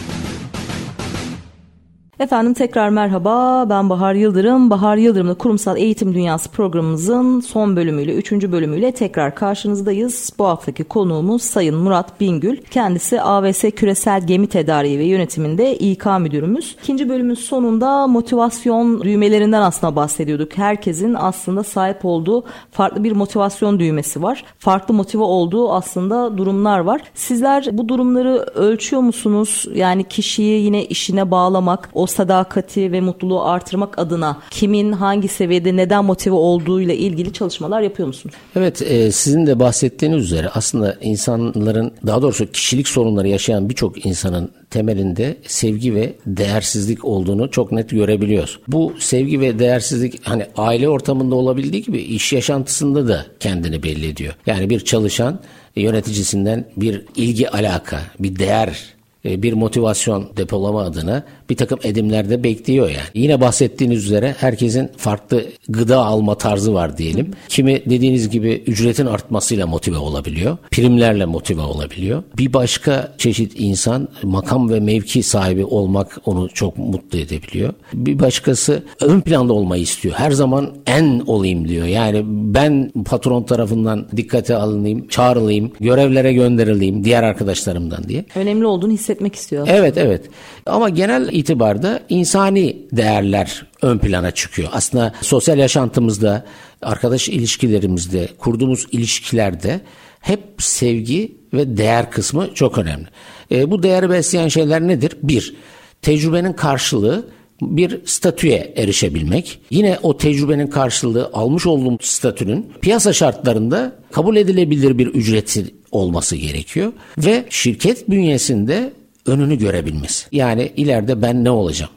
Efendim, tekrar merhaba, ben Bahar Yıldırım. Bahar Yıldırım'la Kurumsal Eğitim Dünyası programımızın son bölümüyle, 3. bölümüyle tekrar karşınızdayız. Bu haftaki konuğumuz Sayın Murat Bingül. Kendisi AVS Küresel Gemi Tedariği ve Yönetiminde İK Müdürümüz. 2. bölümün sonunda motivasyon düğmelerinden aslında bahsediyorduk. Herkesin aslında sahip olduğu farklı bir motivasyon düğmesi var. Farklı motive olduğu aslında durumlar var. Sizler bu durumları ölçüyor musunuz? Yani kişiyi yine işine bağlamak, o sadakati ve mutluluğu artırmak adına kimin hangi seviyede neden motive olduğuyla ilgili çalışmalar yapıyor musunuz? Evet, sizin de bahsettiğiniz üzere aslında insanların, daha doğrusu kişilik sorunları yaşayan birçok insanın temelinde sevgi ve değersizlik olduğunu çok net görebiliyoruz. Bu sevgi ve değersizlik aile ortamında olabildiği gibi iş yaşantısında da kendini belli ediyor. Yani bir çalışan yöneticisinden bir ilgi, alaka, bir değer, bir motivasyon depolama adına bir takım edimlerde bekliyor yani. Yine bahsettiğiniz üzere herkesin farklı gıda alma tarzı var diyelim. Kimi dediğiniz gibi ücretin artmasıyla motive olabiliyor. Primlerle motive olabiliyor. Bir başka çeşit insan makam ve mevki sahibi olmak onu çok mutlu edebiliyor. Bir başkası ön planda olmayı istiyor. Her zaman en olayım diyor. Yani ben patron tarafından dikkate alınayım, çağrılayım, görevlere gönderileyim diğer arkadaşlarımdan diye. Önemli olduğunu hissetmek istiyor. Evet. Ama genel itibarda insani değerler ön plana çıkıyor. Aslında sosyal yaşantımızda, arkadaş ilişkilerimizde, kurduğumuz ilişkilerde hep sevgi ve değer kısmı çok önemli. Bu değeri besleyen şeyler nedir? 1. Tecrübenin karşılığı bir statüye erişebilmek. Yine o tecrübenin karşılığı almış olduğum statünün piyasa şartlarında kabul edilebilir bir ücreti olması gerekiyor. Ve şirket bünyesinde önünü görebilmesi. Yani ileride ben ne olacağım?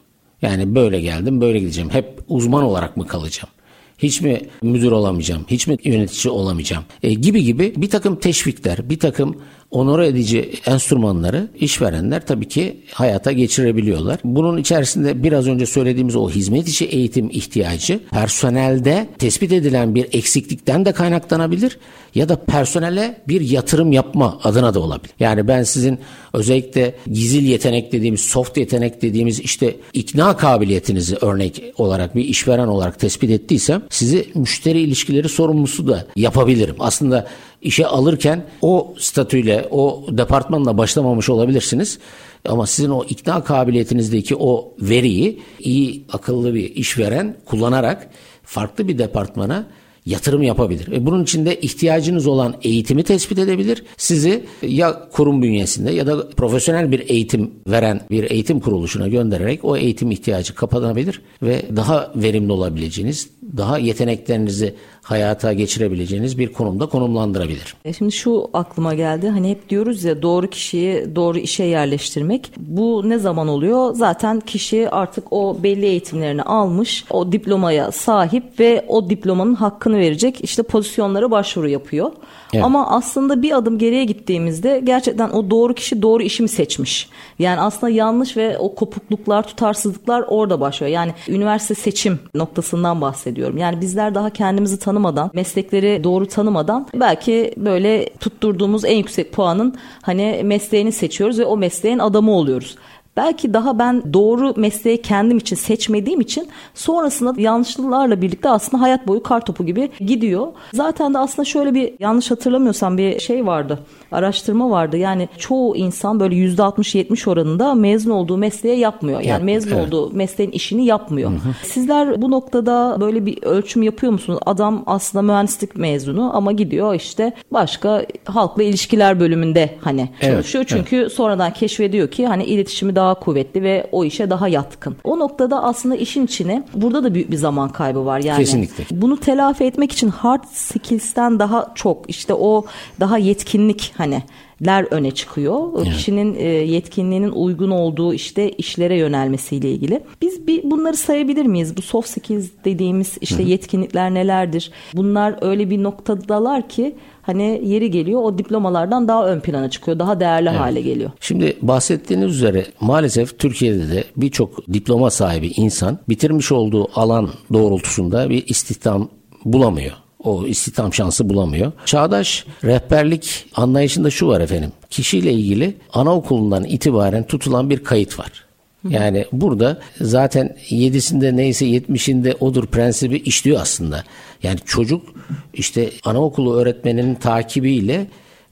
Yani böyle geldim, böyle gideceğim. Hep uzman olarak mı kalacağım? Hiç mi müdür olamayacağım? Hiç mi yönetici olamayacağım? Gibi bir takım teşvikler, bir takım onore edici enstrümanları işverenler tabii ki hayata geçirebiliyorlar. Bunun içerisinde biraz önce söylediğimiz o hizmet içi eğitim ihtiyacı personelde tespit edilen bir eksiklikten de kaynaklanabilir ya da personele bir yatırım yapma adına da olabilir. Yani ben sizin özellikle gizil yetenek dediğimiz, soft yetenek dediğimiz işte ikna kabiliyetinizi örnek olarak bir işveren olarak tespit ettiysem sizi müşteri ilişkileri sorumlusu da yapabilirim. Aslında işe alırken o statüyle, o departmanla başlamamış olabilirsiniz. Ama sizin o ikna kabiliyetinizdeki o veriyi iyi, akıllı bir işveren kullanarak farklı bir departmana yatırım yapabilir. Ve bunun için de ihtiyacınız olan eğitimi tespit edebilir. Sizi ya kurum bünyesinde ya da profesyonel bir eğitim veren bir eğitim kuruluşuna göndererek o eğitim ihtiyacı kapanabilir ve daha verimli olabileceğiniz, daha yeteneklerinizi hayata geçirebileceğiniz bir konumda konumlandırabilir. Şimdi şu aklıma geldi. Hani hep diyoruz ya, doğru kişiyi doğru işe yerleştirmek. Bu ne zaman oluyor? Zaten kişi artık o belli eğitimlerini almış, o diplomaya sahip ve o diplomanın hakkını verecek işte pozisyonlara başvuru yapıyor. Evet. Ama aslında bir adım geriye gittiğimizde gerçekten o doğru kişi doğru işi mi seçmiş? Yani aslında yanlış ve o kopukluklar, tutarsızlıklar orada başlıyor. Yani üniversite seçim noktasından bahsediyorum. Yani bizler daha kendimizi tanımadan, meslekleri doğru tanımadan belki böyle tutturduğumuz en yüksek puanın hani mesleğini seçiyoruz ve o mesleğin adamı oluyoruz. Belki daha ben doğru mesleği kendim için seçmediğim için sonrasında yanlışlıklarla birlikte aslında hayat boyu kartopu gibi gidiyor. Zaten de aslında şöyle bir, yanlış hatırlamıyorsam bir şey vardı, araştırma vardı. Yani çoğu insan böyle %60-70 oranında mezun olduğu mesleği yapmıyor. Yani mezun olduğu mesleğin işini yapmıyor. Hı hı. Sizler bu noktada böyle bir ölçüm yapıyor musunuz? Adam aslında mühendislik mezunu ama gidiyor işte başka halkla ilişkiler bölümünde hani çalışıyor. Çünkü sonradan keşfediyor ki hani iletişimi daha kuvvetli ve o işe daha yatkın. O noktada aslında işin içine burada da büyük bir zaman kaybı var. Yani kesinlikle. Bunu telafi etmek için hard skills'ten daha çok işte o daha yetkinlik hani öne çıkıyor. Evet. Kişinin yetkinliğinin uygun olduğu işte işlere yönelmesiyle ilgili. Biz bunları sayabilir miyiz? Bu soft skills dediğimiz işte yetkinlikler nelerdir? Bunlar öyle bir noktadalar ki hani yeri geliyor o diplomalardan daha ön plana çıkıyor. Daha değerli hale geliyor. Şimdi bahsettiğiniz üzere maalesef Türkiye'de de birçok diploma sahibi insan bitirmiş olduğu alan doğrultusunda bir istihdam bulamıyor. O istihdam şansı bulamıyor. Çağdaş rehberlik anlayışında şu var efendim. Kişiyle ilgili anaokulundan itibaren tutulan bir kayıt var. Yani burada zaten 7'sinde neyse 70'inde odur prensibi işliyor aslında. Yani çocuk işte anaokulu öğretmeninin takibiyle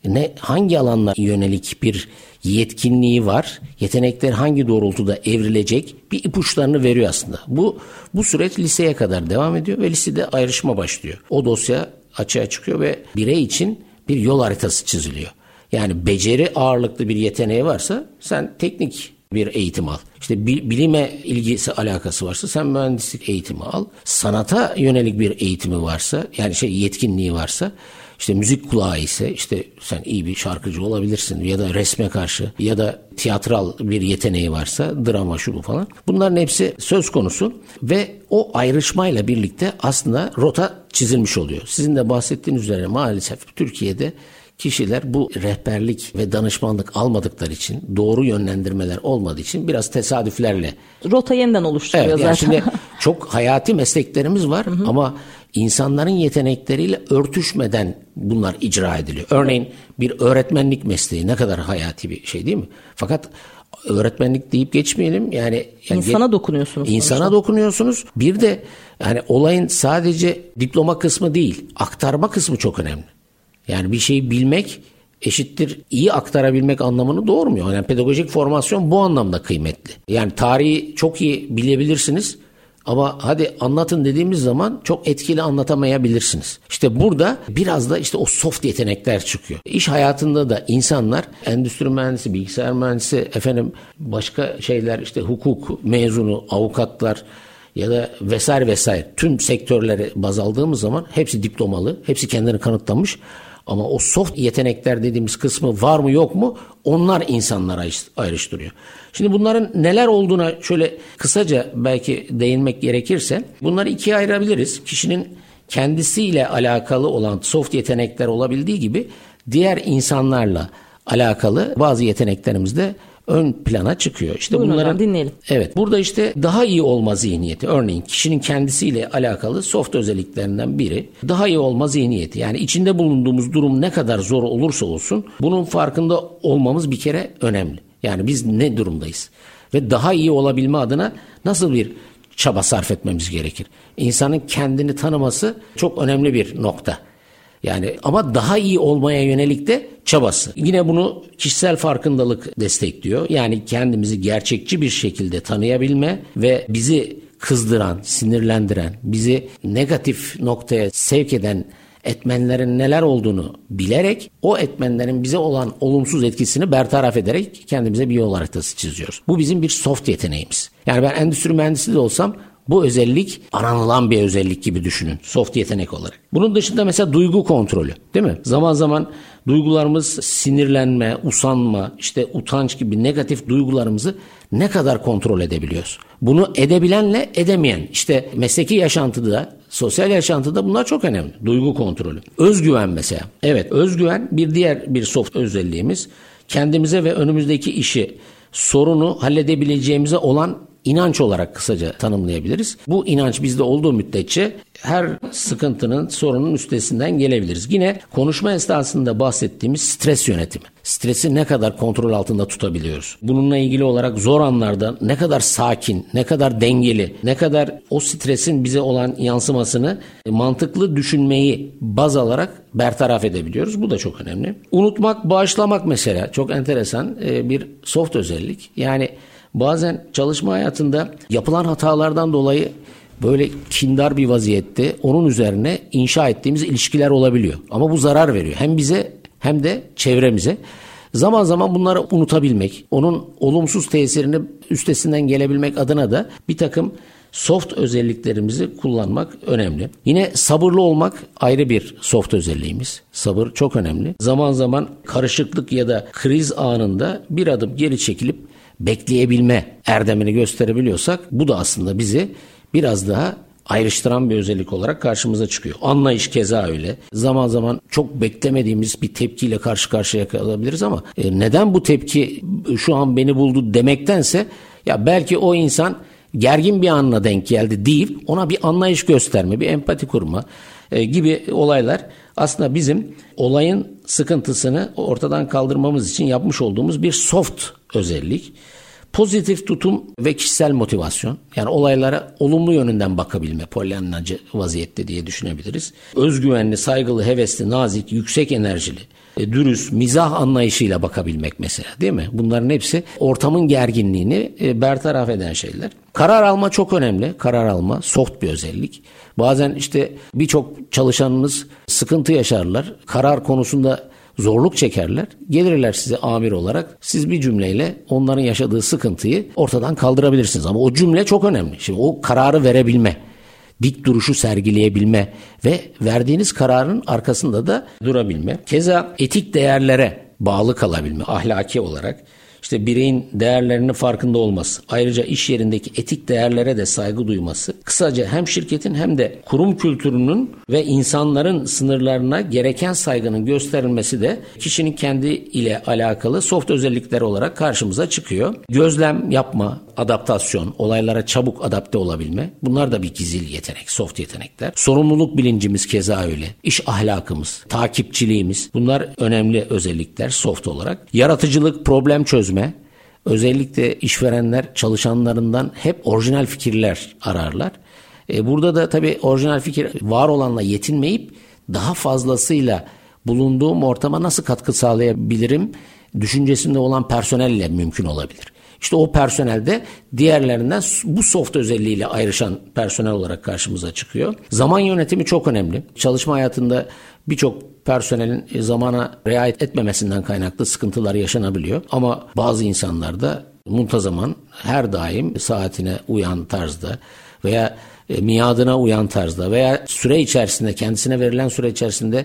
hangi alanla yönelik bir yetkinliği var, yetenekler hangi doğrultuda evrilecek bir ipuçlarını veriyor aslında. Bu süreç liseye kadar devam ediyor ve lisede ayrışma başlıyor. O dosya açığa çıkıyor ve birey için bir yol haritası çiziliyor. Yani beceri ağırlıklı bir yeteneği varsa sen teknik bir eğitim al. İşte bilime ilgisi alakası varsa sen mühendislik eğitimi al. Sanata yönelik bir eğitimi varsa yani yetkinliği varsa işte müzik kulağı ise işte sen iyi bir şarkıcı olabilirsin ya da resme karşı ya da tiyatral bir yeteneği varsa drama şu bu falan. Bunların hepsi söz konusu ve o ayrışmayla birlikte aslında rota çizilmiş oluyor. Sizin de bahsettiğiniz üzere maalesef Türkiye'de kişiler bu rehberlik ve danışmanlık almadıkları için, doğru yönlendirmeler olmadığı için biraz tesadüflerle rota yeniden oluşturuyor zaten. Şimdi çok hayati mesleklerimiz var ama insanların yetenekleriyle örtüşmeden bunlar icra ediliyor. Örneğin bir öğretmenlik mesleği ne kadar hayati bir şey değil mi? Fakat öğretmenlik deyip geçmeyelim. Yani insana dokunuyorsunuz. İnsana dokunuyorsunuz. Bir de yani olayın sadece diploma kısmı değil, aktarma kısmı çok önemli. Yani bir şeyi bilmek eşittir iyi aktarabilmek anlamını doğurmuyor. Yani pedagojik formasyon bu anlamda kıymetli. Yani tarihi çok iyi bilebilirsiniz ama hadi anlatın dediğimiz zaman çok etkili anlatamayabilirsiniz. İşte burada biraz da işte o soft yetenekler çıkıyor. İş hayatında da insanlar endüstri mühendisi, bilgisayar mühendisi, başka şeyler işte hukuk mezunu, avukatlar ya da vesaire tüm sektörleri baz aldığımız zaman hepsi diplomalı, hepsi kendini kanıtlamış. Ama o soft yetenekler dediğimiz kısmı var mı yok mu, onlar insanları ayrıştırıyor. Şimdi bunların neler olduğuna şöyle kısaca belki değinmek gerekirse bunları ikiye ayırabiliriz. Kişinin kendisiyle alakalı olan soft yetenekler olabildiği gibi diğer insanlarla alakalı bazı yeteneklerimiz de ön plana çıkıyor. İşte buyurun bunların hocam, dinleyelim. Evet, burada işte daha iyi olma zihniyeti. Örneğin kişinin kendisiyle alakalı soft özelliklerinden biri daha iyi olma zihniyeti. Yani içinde bulunduğumuz durum ne kadar zor olursa olsun bunun farkında olmamız bir kere önemli. Yani biz ne durumdayız ve daha iyi olabilme adına nasıl bir çaba sarf etmemiz gerekir? İnsanın kendini tanıması çok önemli bir nokta. Yani ama daha iyi olmaya yönelik de çabası. Yine bunu kişisel farkındalık destekliyor. Yani kendimizi gerçekçi bir şekilde tanıyabilme ve bizi kızdıran, sinirlendiren, bizi negatif noktaya sevk eden etmenlerin neler olduğunu bilerek o etmenlerin bize olan olumsuz etkisini bertaraf ederek kendimize bir yol haritası çiziyoruz. Bu bizim bir soft yeteneğimiz. Yani ben endüstri mühendisi de olsam bu özellik aranılan bir özellik gibi düşünün soft yetenek olarak. Bunun dışında mesela duygu kontrolü, değil mi? Zaman zaman duygularımız sinirlenme, usanma, işte utanç gibi negatif duygularımızı ne kadar kontrol edebiliyoruz? Bunu edebilenle edemeyen, işte mesleki yaşantıda, sosyal yaşantıda bunlar çok önemli. Duygu kontrolü. Özgüven mesela. Evet, özgüven bir diğer bir soft özelliğimiz. Kendimize ve önümüzdeki işi, sorunu halledebileceğimize olan İnanç olarak kısaca tanımlayabiliriz. Bu inanç bizde olduğu müddetçe her sıkıntının, sorunun üstesinden gelebiliriz. Yine konuşma esnasında bahsettiğimiz stres yönetimi. Stresi ne kadar kontrol altında tutabiliyoruz? Bununla ilgili olarak zor anlarda ne kadar sakin, ne kadar dengeli, ne kadar o stresin bize olan yansımasını mantıklı düşünmeyi baz alarak bertaraf edebiliyoruz. Bu da çok önemli. Unutmak, bağışlamak mesela çok enteresan bir soft özellik. Yani bazen çalışma hayatında yapılan hatalardan dolayı böyle kindar bir vaziyette onun üzerine inşa ettiğimiz ilişkiler olabiliyor. Ama bu zarar veriyor hem bize hem de çevremize. Zaman zaman bunları unutabilmek, onun olumsuz tesirini üstesinden gelebilmek adına da bir takım soft özelliklerimizi kullanmak önemli. Yine sabırlı olmak ayrı bir soft özelliğimiz. Sabır çok önemli. Zaman zaman karışıklık ya da kriz anında bir adım geri çekilip bekleyebilme erdemini gösterebiliyorsak bu da aslında bizi biraz daha ayrıştıran bir özellik olarak karşımıza çıkıyor. Anlayış keza öyle. Zaman zaman çok beklemediğimiz bir tepkiyle karşı karşıya kalabiliriz ama neden bu tepki şu an beni buldu demektense ya belki o insan gergin bir anına denk geldi deyip ona bir anlayış gösterme, bir empati kurma gibi olaylar aslında bizim olayın sıkıntısını ortadan kaldırmamız için yapmış olduğumuz bir soft özellik. Pozitif tutum ve kişisel motivasyon, yani olaylara olumlu yönünden bakabilme, polyanacı vaziyette diye düşünebiliriz. Özgüvenli, saygılı, hevesli, nazik, yüksek enerjili, dürüst, mizah anlayışıyla bakabilmek mesela, değil mi? Bunların hepsi ortamın gerginliğini bertaraf eden şeyler. Karar alma çok önemli. Karar alma soft bir özellik. Bazen işte birçok çalışanımız sıkıntı yaşarlar. Karar konusunda zorluk çekerler. Gelirler size amir olarak. Siz bir cümleyle onların yaşadığı sıkıntıyı ortadan kaldırabilirsiniz. Ama o cümle çok önemli. Şimdi o kararı verebilme, dik duruşu sergileyebilme ve verdiğiniz kararın arkasında da durabilme. Keza etik değerlere bağlı kalabilme, ahlaki olarak. İşte bireyin değerlerinin farkında olması, ayrıca iş yerindeki etik değerlere de saygı duyması, kısaca hem şirketin hem de kurum kültürünün ve insanların sınırlarına gereken saygının gösterilmesi de kişinin kendi ile alakalı soft özellikler olarak karşımıza çıkıyor. Gözlem yapma, adaptasyon, olaylara çabuk adapte olabilme, bunlar da bir gizli yetenek, soft yetenekler. Sorumluluk bilincimiz keza öyle. İş ahlakımız, takipçiliğimiz, bunlar önemli özellikler soft olarak. Yaratıcılık, problem çözme, özellikle işverenler çalışanlarından hep orijinal fikirler ararlar. Burada da tabii orijinal fikir var olanla yetinmeyip daha fazlasıyla bulunduğum ortama nasıl katkı sağlayabilirim düşüncesinde olan personelle mümkün olabilir. İşte o personel de diğerlerinden bu soft özelliğiyle ayrışan personel olarak karşımıza çıkıyor. Zaman yönetimi çok önemli. Çalışma hayatında birçok personelin zamana riayet etmemesinden kaynaklı sıkıntılar yaşanabiliyor. Ama bazı insanlar da muntazaman her daim saatine uyan tarzda veya miadına uyan tarzda veya süre içerisinde kendisine verilen süre içerisinde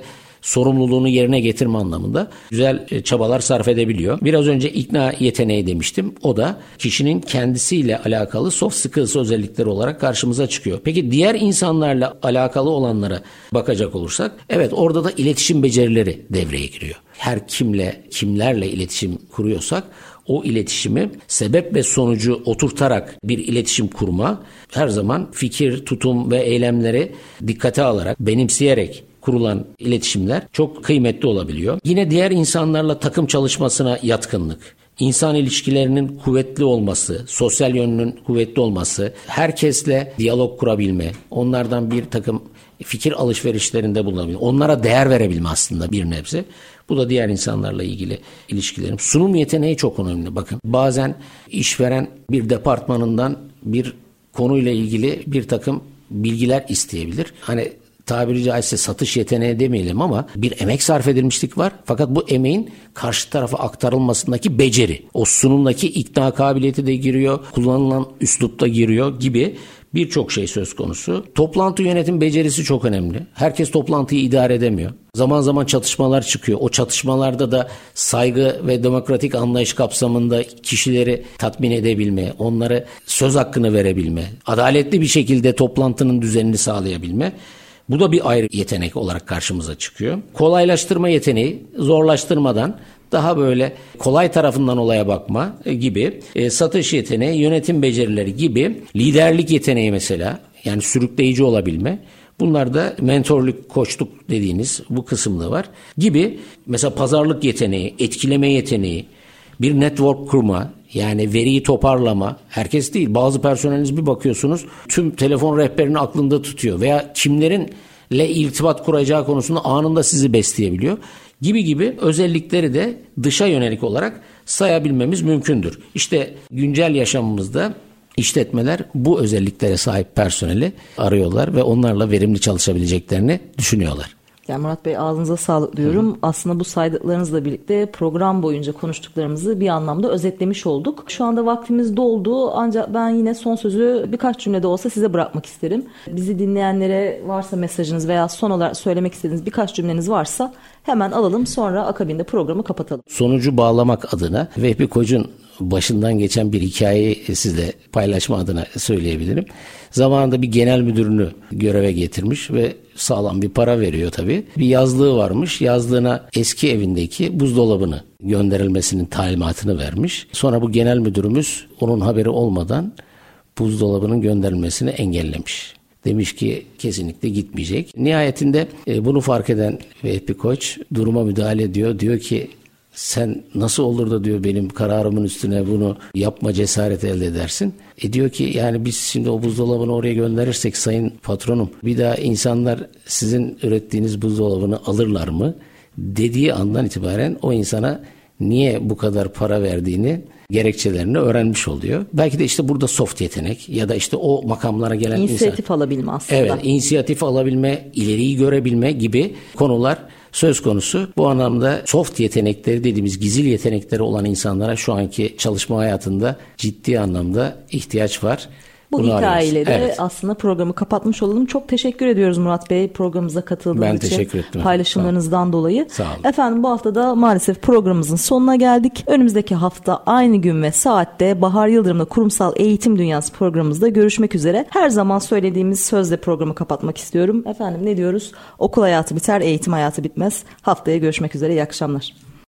sorumluluğunu yerine getirme anlamında güzel çabalar sarf edebiliyor. Biraz önce ikna yeteneği demiştim. O da kişinin kendisiyle alakalı soft skills özellikleri olarak karşımıza çıkıyor. Peki diğer insanlarla alakalı olanlara bakacak olursak, evet, orada da iletişim becerileri devreye giriyor. Her kimlerle iletişim kuruyorsak o iletişimi sebep ve sonucu oturtarak bir iletişim kurma, her zaman fikir, tutum ve eylemleri dikkate alarak, benimseyerek kurulan iletişimler çok kıymetli olabiliyor. Yine diğer insanlarla takım çalışmasına yatkınlık, İnsan ilişkilerinin kuvvetli olması, sosyal yönünün kuvvetli olması, herkesle diyalog kurabilme, onlardan bir takım fikir alışverişlerinde bulunabilme, onlara değer verebilme aslında bir nebze. Bu da diğer insanlarla ilgili ilişkilerim. Sunum yeteneği çok önemli. Bakın, bazen işveren bir departmanından bir konuyla ilgili bir takım bilgiler isteyebilir. Hani tabiri caizse satış yeteneği demeyelim ama bir emek sarf edilmişlik var. Fakat bu emeğin karşı tarafa aktarılmasındaki beceri, o sunumdaki ikna kabiliyeti de giriyor, kullanılan üslup da giriyor gibi birçok şey söz konusu. Toplantı yönetim becerisi çok önemli. Herkes toplantıyı idare edemiyor. Zaman zaman çatışmalar çıkıyor. O çatışmalarda da saygı ve demokratik anlayış kapsamında kişileri tatmin edebilme, onlara söz hakkını verebilme, adaletli bir şekilde toplantının düzenini sağlayabilme. Bu da bir ayrı yetenek olarak karşımıza çıkıyor. Kolaylaştırma yeteneği, zorlaştırmadan daha böyle kolay tarafından olaya bakma gibi, satış yeteneği, yönetim becerileri gibi, liderlik yeteneği mesela, yani sürükleyici olabilme. Bunlar da mentorluk, koçluk dediğiniz bu kısımda var gibi. Mesela pazarlık yeteneği, etkileme yeteneği, bir network kurma, yani veriyi toparlama. Herkes değil, bazı personeliniz bir bakıyorsunuz tüm telefon rehberini aklında tutuyor veya kimlerinle irtibat kuracağı konusunda anında sizi besleyebiliyor gibi özellikleri de dışa yönelik olarak sayabilmemiz mümkündür. İşte güncel yaşamımızda işletmeler bu özelliklere sahip personeli arıyorlar ve onlarla verimli çalışabileceklerini düşünüyorlar. Yani Murat Bey, ağzınıza sağlık diyorum. Aslında bu saydıklarınızla birlikte program boyunca konuştuklarımızı bir anlamda özetlemiş olduk. Şu anda vaktimiz doldu, ancak ben yine son sözü birkaç cümlede olsa size bırakmak isterim. Bizi dinleyenlere varsa mesajınız veya son olarak söylemek istediğiniz birkaç cümleniz varsa hemen alalım, sonra akabinde programı kapatalım. Sonucu bağlamak adına Vehbi Koç'un başından geçen bir hikayeyi sizle paylaşma adına söyleyebilirim. Zamanında bir genel müdürünü göreve getirmiş ve sağlam bir para veriyor tabii. Bir yazlığı varmış. Yazlığına eski evindeki buzdolabını gönderilmesinin talimatını vermiş. Sonra bu genel müdürümüz onun haberi olmadan buzdolabının gönderilmesini engellemiş. Demiş ki kesinlikle gitmeyecek. Nihayetinde bunu fark eden Vehbi Koç duruma müdahale ediyor. Diyor ki sen nasıl olur da diyor benim kararımın üstüne bunu yapma cesareti elde edersin. Diyor ki yani biz şimdi o buzdolabını oraya gönderirsek sayın patronum, bir daha insanlar sizin ürettiğiniz buzdolabını alırlar mı? Dediği andan itibaren o insana niye bu kadar para verdiğini, gerekçelerini öğrenmiş oluyor. Belki de işte burada soft yetenek ya da işte o makamlara gelen İnisiyatif alabilme aslında. Evet, inisiyatif alabilme, ileriyi görebilme gibi konular söz konusu. Bu anlamda soft yetenekleri dediğimiz gizli yetenekleri olan insanlara şu anki çalışma hayatında ciddi anlamda ihtiyaç var. Bu Bunu hikayeyle de evet, aslında programı kapatmış olalım. Çok teşekkür ediyoruz Murat Bey programımıza katıldığınız için. Ben teşekkür ettim. Paylaşımlarınızdan dolayı. Sağ olun. Efendim, bu hafta da maalesef programımızın sonuna geldik. Önümüzdeki hafta aynı gün ve saatte Bahar Yıldırım'la Kurumsal Eğitim Dünyası programımızda görüşmek üzere. Her zaman söylediğimiz sözle programı kapatmak istiyorum. Efendim ne diyoruz? Okul hayatı biter, eğitim hayatı bitmez. Haftaya görüşmek üzere. İyi akşamlar.